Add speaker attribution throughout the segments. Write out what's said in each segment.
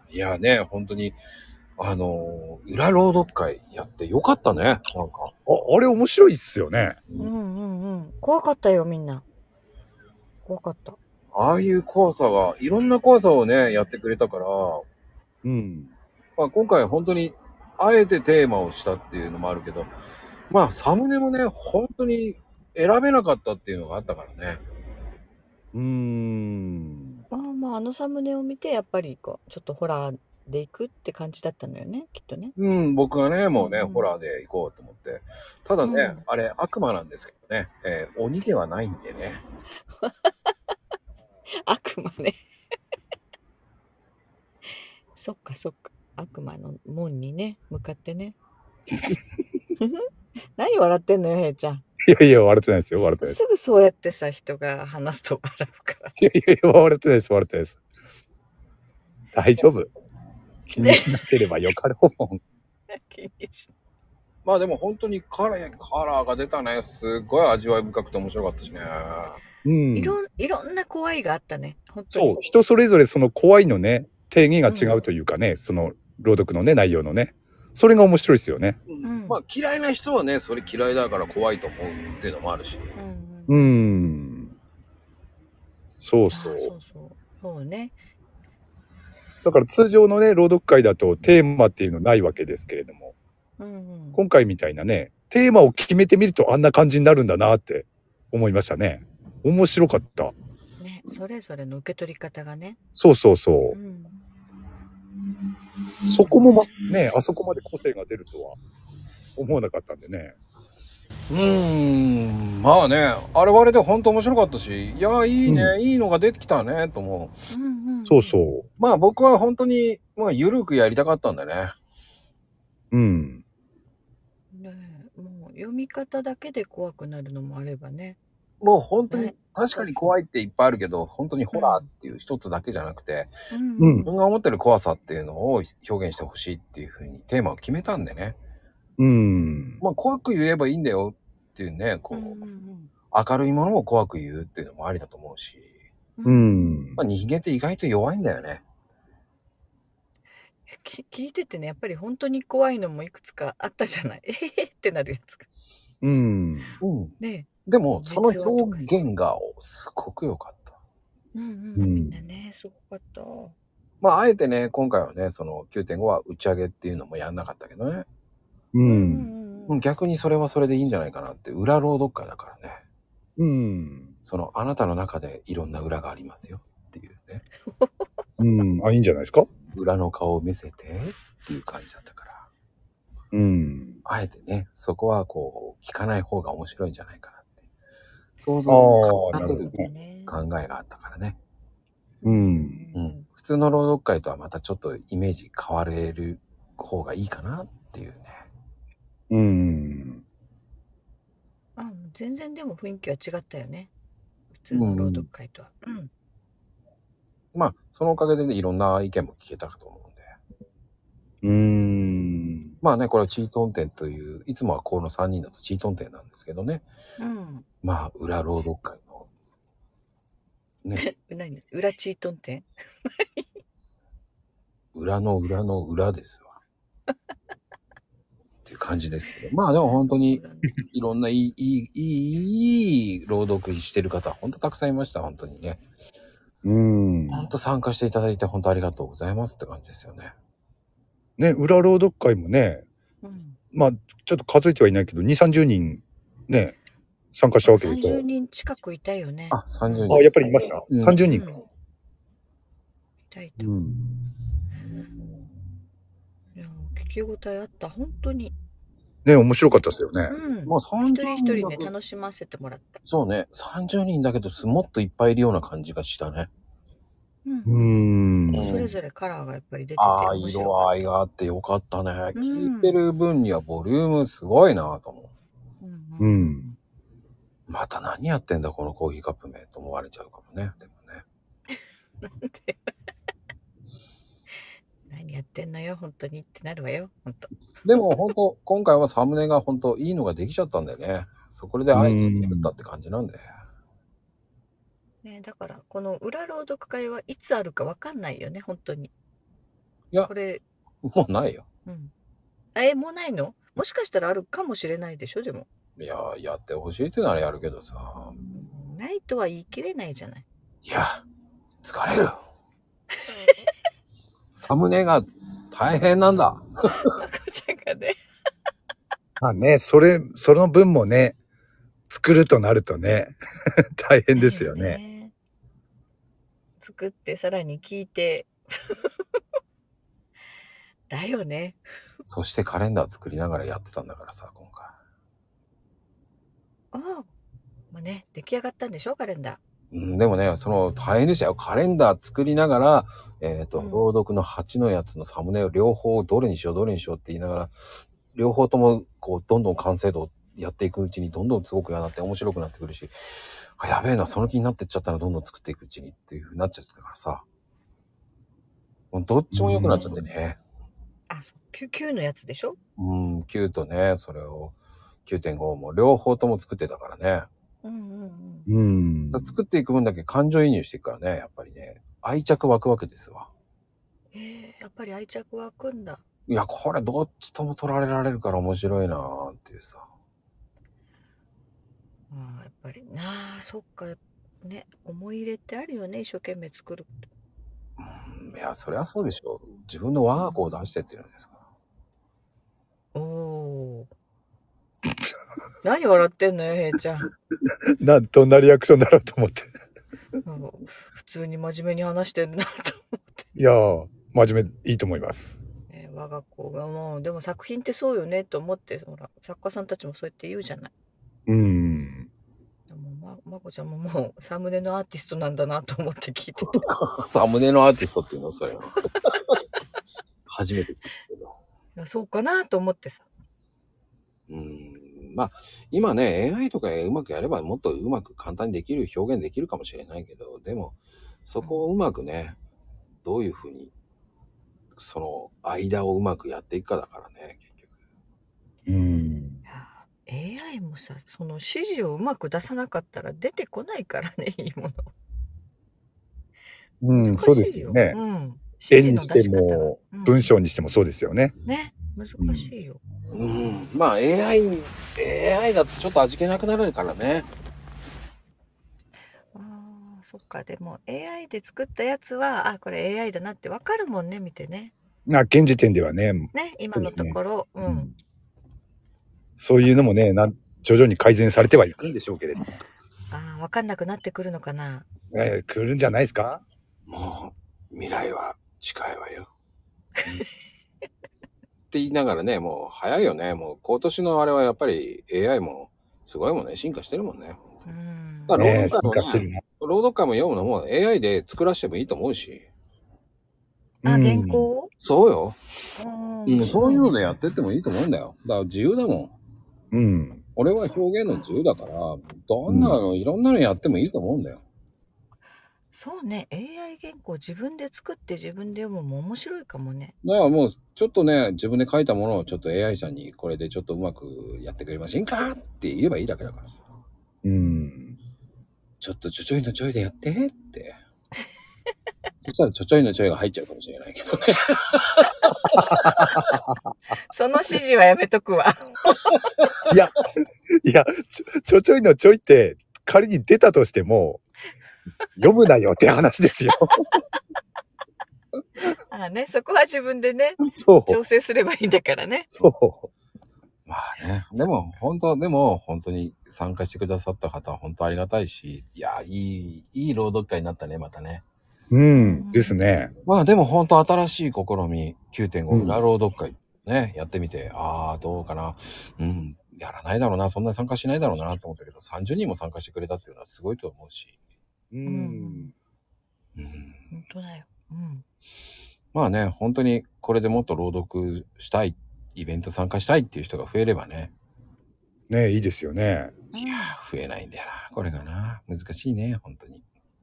Speaker 1: いやね、本当に、裏朗読会やってよかったね、なんか。
Speaker 2: あれ面白いっすよね。
Speaker 3: うんうんうん。怖かったよ、みんな。怖かった。
Speaker 1: ああいう怖さが、いろんな怖さをね、やってくれたから、
Speaker 2: うん。
Speaker 1: まあ今回本当に、あえてテーマをしたっていうのもあるけど、まあサムネもね、本当に選べなかったっていうのがあったからね。
Speaker 3: まあまあ、あのサムネを見て、やっぱりこう、ちょっとホラーでいくって感じだったのよね、きっとね。
Speaker 1: うん、僕がね、もうね、
Speaker 3: うん
Speaker 1: ホラーで行こうと思って。ただね、
Speaker 3: うん。
Speaker 1: あれ悪魔なんですけどね、鬼ではないんでね。
Speaker 3: 悪魔ね。そっかそっか。悪魔の門にね、向かってね。何笑ってんのよ、へいちゃん。
Speaker 2: いやいや、笑ってないですよ、笑ってないです。
Speaker 3: すぐそうやってさ、人が話すと笑うから。
Speaker 2: いやいやいや、笑ってないです、笑ってないです。大丈夫。気にしなければよかろう。
Speaker 3: 気にし
Speaker 1: まあでも本当にカラーが出たね。すっごい味わい深くて面白かったしね。
Speaker 2: うん。
Speaker 3: いろんな怖いがあったね。本当
Speaker 2: そう、
Speaker 3: に。
Speaker 2: 人それぞれその怖いのね、定義が違うというかね、その朗読のね、内容のね。それが面白いですよね。
Speaker 1: まあ嫌いな人はね、それ嫌いだから怖いと思うっていうのもあるし。
Speaker 2: そうそう。
Speaker 3: そうそう。そうね。
Speaker 2: だから通常のね、朗読会だとテーマっていうのないわけですけれども、今回みたいなね、テーマを決めてみるとあんな感じになるんだなって思いましたね。面白かった。
Speaker 3: ね、それぞれの受け取り方がね。
Speaker 2: そうそうそう。そこもね、あそこまで個性が出るとは思わなかったんでね。
Speaker 1: まあね、あれはあれで本当面白かったし、いや、いいね、いいのが出てきたね、と思う。
Speaker 2: そうそう。
Speaker 1: まあ僕は本当に、まあ緩くやりたかったんだね。
Speaker 3: ねえ、もう読み方だけで怖くなるのもあればね。
Speaker 1: もう本当に、確かに怖いっていっぱいあるけど、本当にホラーっていう一つだけじゃなくて、自分が思ってる怖さっていうのを表現してほしいっていう風にテーマを決めたんでね。まあ怖く言えばいいんだよっていうね、こう、明るいものを怖く言うっていうのもありだと思うし。まあ人間って意外と弱いんだよね。
Speaker 3: 聞いててね、やっぱり本当に怖いのもいくつかあったじゃない。えへへってなるやつが。ねえ。
Speaker 1: でも、その表現がすごく良かった。
Speaker 3: みんなね、すごかった。
Speaker 1: まあ、あえてね、今回はね、その 9.5 は打ち上げっていうのもやんなかったけどね。逆にそれはそれでいいんじゃないかなって、裏朗読会だからね。その、あなたの中でいろんな裏がありますよっていうね。
Speaker 2: あ、いいんじゃないですか。
Speaker 1: 裏の顔を見せてっていう感じだったから。あえてね、そこはこう、聞かない方が面白いんじゃないかなって。想像を立てる考えがあったからね。普通の朗読会とはまたちょっとイメージ変われる方がいいかなっていうね。
Speaker 3: あ、全然でも雰囲気は違ったよね。普通の朗読会とは。
Speaker 1: まあ、そのおかげでね、いろんな意見も聞けたかと思うんで。まあね、これはチートン店という、いつもはこの3人だとチートン店なんですけどね。まあ、裏朗読会の。ね。
Speaker 3: 何裏チートン店
Speaker 1: 裏の裏の裏ですわ。っていう感じですけど。まあでも本当に、いろんないい朗読してる方、本当たくさんいました、本当にね。本当参加していただいて本当ありがとうございますって感じですよね。
Speaker 2: ね、裏朗読会もね、まあ、ちょっと数えてはいないけど、2、30人ね、参加したわけですよ。
Speaker 3: 30人近くいたよね。
Speaker 1: あ、30人。
Speaker 2: あ、やっぱりいました。30人か。
Speaker 3: いたいた。いや、聞き応えあった、本当に。
Speaker 2: ね、面白かったですよね。
Speaker 1: もう30
Speaker 3: 一人一人ね、楽しませてもらった。
Speaker 1: そうね、30人だけどもっといっぱいいるような感じがしたね。
Speaker 3: それぞれカラーがやっぱり出てて
Speaker 1: ああ、
Speaker 3: 面白
Speaker 1: 色合いがあってよかったね。聞いてる分にはボリュームすごいなと思う。また何やってんだこのコーヒーカップ名と思われちゃうかもね。でもね。
Speaker 3: 何やってんのよ、本当にってなるわよ、本当。
Speaker 1: でも本当、今回はサムネが本当いいのができちゃったんだよね。そこであえて作ったって感じなんで。
Speaker 3: ね、だからこの裏朗読会はいつあるかわかんないよね、本当に。
Speaker 1: いや、これ。もうないよ。
Speaker 3: うん。もうないの？もしかしたらあるかもしれないでしょ、でも。
Speaker 1: いや、やってほしいってならやるけどさ。
Speaker 3: ないとは言い切れないじゃない。
Speaker 1: いや、疲れる。サムネが大変なんだ。
Speaker 3: まこちゃんがね。
Speaker 2: まあね、その分もね、作るとなるとね、大変ですよね。
Speaker 3: 作ってさらに聞いて。だよね。
Speaker 1: そしてカレンダー作りながらやってたんだからさ、今回。
Speaker 3: ああ。まあね、出来上がったんでしょ、カレンダー。
Speaker 1: でもね、大変でしたよ。カレンダー作りながら、朗読の8のやつのサムネを両方どれにしようって言いながら、両方とも、どんどん完成度やっていくうちに、どんどんすごくやなって面白くなってくるし、やべえな、その気になってっちゃったらどんどん作っていくうちにっていう風になっちゃってたからさ。もうどっちも良くなっちゃってね。
Speaker 3: そう、9のやつでしょ
Speaker 1: ？9とね、それを、9.5 も両方とも作ってたからね。作っていく分だけ感情移入していくからね、やっぱりね。愛着湧くわけですわ。
Speaker 3: やっぱり愛着湧くんだ。
Speaker 1: いや、これどっちとも取られるから面白いなーっていうさ。
Speaker 3: やっぱりなあ、そっか。ね、思い入れってあるよね、一生懸命作る。
Speaker 1: いや、そりゃそうでしょ。自分の我が子を出してってるんですから。
Speaker 3: 何笑ってんのよ、へいちゃん。
Speaker 2: どんなリアクションだろうと思って。
Speaker 3: 普通に真面目に話してるなと思って。
Speaker 2: いやー、真面目いいと思います。
Speaker 3: 我が子がもう、でも作品ってそうよねと思って、ほら、作家さんたちもそうやって言うじゃない。まこちゃんももうサムネのアーティストなんだなと思って聞いて
Speaker 1: た。サムネのアーティストっていうのそれ。初めて聞いたけ
Speaker 3: ど。そうかなと思ってさ。
Speaker 1: まあ、今ね、AI とかうまくやればもっとうまく簡単にできる、表現できるかもしれないけど、でも、そこをうまくね、どういうふうに、その間をうまくやっていくかだからね、結局。
Speaker 3: AI もさ、その指示をうまく出さなかったら出てこないからね、いいも
Speaker 2: の。そうですよね。絵にしても、文章にしてもそうですよね。
Speaker 3: ね、難しいよ。
Speaker 1: まあ AI だとちょっと味気なくなるからね。
Speaker 3: そっか、でも AI で作ったやつは、これ AI だなってわかるもんね、見てね。
Speaker 2: 現時点ではね。
Speaker 3: ね、今のところ。
Speaker 2: そういうのもね、徐々に改善されてはいくんでしょうけれども。
Speaker 3: わかんなくなってくるのかな。
Speaker 2: 来るんじゃないですか？
Speaker 1: もう、未来は近いわよ。って言いながらね、もう早いよね。もう今年のあれはやっぱり AI もすごいもんね。進化してるもんね。だから
Speaker 2: 進化してるね。
Speaker 1: 朗読会も読むのも AI で作らせてもいいと思うし。
Speaker 3: 原稿？
Speaker 1: そうよ。そういうのでやってってもいいと思うんだよ。だから自由だもん。俺は表現の自由だから、どんなの、いろんなのやってもいいと思うんだよ。
Speaker 3: そうね、AI 原稿自分で作って自分で読むのも面白いかもね。
Speaker 1: だからもうちょっとね、自分で書いたものをちょっと AI さんにこれでちょっとうまくやってくれませんかって言えばいいだけだからさ。ちょっとちょいのちょいでやってって。そしたらちょいのちょいが入っちゃうかもしれないけどね。
Speaker 3: その指示はやめとくわ。
Speaker 2: いや、ちょいのちょいって仮に出たとしても、読むなよって話ですよ。
Speaker 3: そこは自分でね、調整すればいいんだからね。
Speaker 1: まあね、でも本当に参加してくださった方は本当ありがたいし、いや、いい朗読会になったね、またね。
Speaker 2: ですね。
Speaker 1: まあでも本当新しい試み、9.5 裏朗読会ね、やってみて、どうかな。やらないだろうな、そんな参加しないだろうなと思ったけど、30人も参加してくれたっていうのはすごいと思うし。
Speaker 3: 本当だよ。
Speaker 1: まあね、本当にこれでもっと朗読したい、イベント参加したいっていう人が増えればね。
Speaker 2: ね、いいですよね。
Speaker 1: いや増えないんだよな、これがな。難しいね、本当に。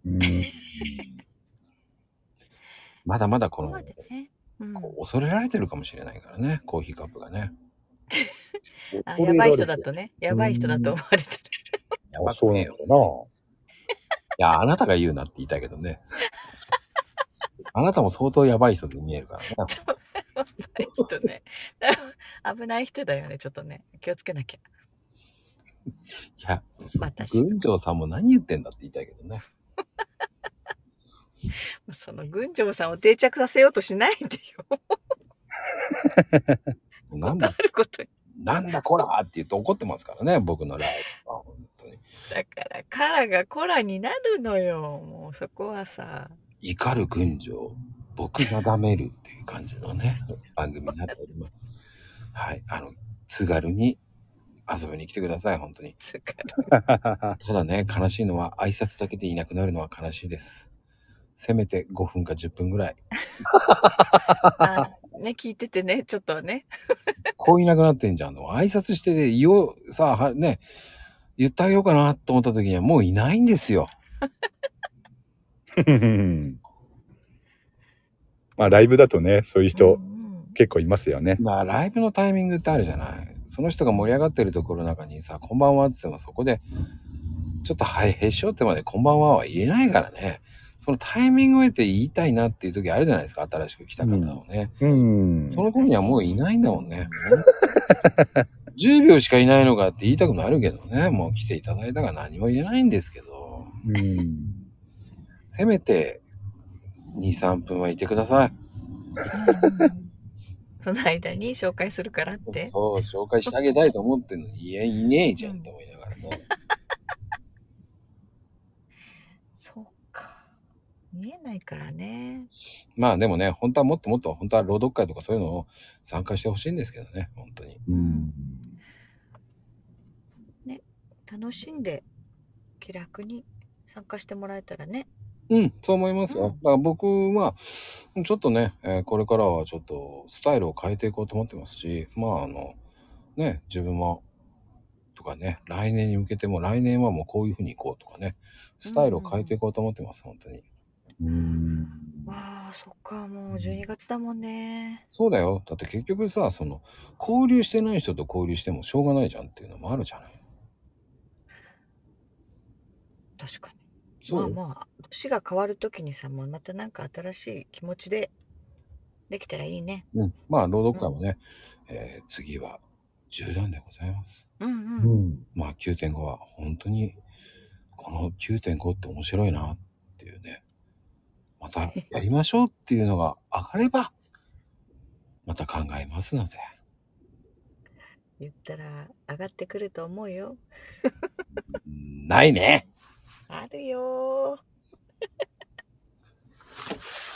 Speaker 1: まだまだこの、恐れられてるかもしれないからね、コーヒーカップがね。
Speaker 3: やばい人だとね、やばい人だと思われてる。
Speaker 2: やばそうなのかな。
Speaker 1: いや、あなたが言うなって言いたいけどね。 あなたも相当やばい人で見えるからね。
Speaker 3: 危ない人ね。危ない人だよね、ちょっとね。気をつけなきゃ。
Speaker 1: いや、群青さんも何言ってんだって言いたいけどね。
Speaker 3: その群青さんを定着させようとしないでよ。
Speaker 1: なんだこらって言って怒ってますからね、僕のライブは。本当に。
Speaker 3: だからカラがコラになるのよ。もうそこはさ。
Speaker 1: 怒る群青、僕なだめるっていう感じのね、番組になっております。はい。津軽に遊びに来てください、本当に。ただね、悲しいのは挨拶だけでいなくなるのは悲しいです。せめて5分か10分ぐらい。
Speaker 3: ね、聞いててね、ちょっとね。
Speaker 1: こういなくなってんじゃんの。挨拶してでね、言ってあげようかなと思った時にはもういないんですよ。
Speaker 2: まあライブだとね、そういう人、結構いますよね。
Speaker 1: まあライブのタイミングってあるじゃない。その人が盛り上がってるところの中にさ、こんばんはって言ってもそこで、ちょっとへし折ってまでこんばんはは言えないからね。そのタイミングを得て言いたいなっていう時あるじゃないですか、新しく来た方をね。その頃にはもういないんだもんね。10秒しかいないのかって言いたくなるけどね。もう来ていただいたから何も言えないんですけど。せめて2、3分はいてください。
Speaker 3: その間に紹介するからって。
Speaker 1: そう、紹介してあげたいと思ってんのに、いねえじゃんって思いながらね。
Speaker 3: そうか。見えないからね。
Speaker 1: まあでもね、本当はもっともっと、本当は朗読会とかそういうのを参加してほしいんですけどね、本当に。
Speaker 3: ね、楽しんで気楽に参加してもらえたらね。
Speaker 1: そう思いますよ。だから僕は、ちょっとね、これからはちょっとスタイルを変えていこうと思ってますし、まあね、自分も、とかね、来年に向けても来年はもうこういう風に行こうとかね、スタイルを変えていこうと思ってます、本当に。
Speaker 3: わあ、そっか、もう12月だもんね。
Speaker 1: そうだよ。だって結局さ、交流してない人と交流してもしょうがないじゃんっていうのもあるじゃない。
Speaker 3: 確かに。まあまあ、年が変わるときにさ、もうまたなんか新しい気持ちでできたらいいね。
Speaker 1: まあ、朗読会もね、次は10段でございます。まあ、9.5 は本当に、この 9.5 って面白いなっていうね、またやりましょうっていうのが上がれば、また考えますので。
Speaker 3: 言ったら上がってくると思うよ。
Speaker 1: ないね。
Speaker 3: あるよ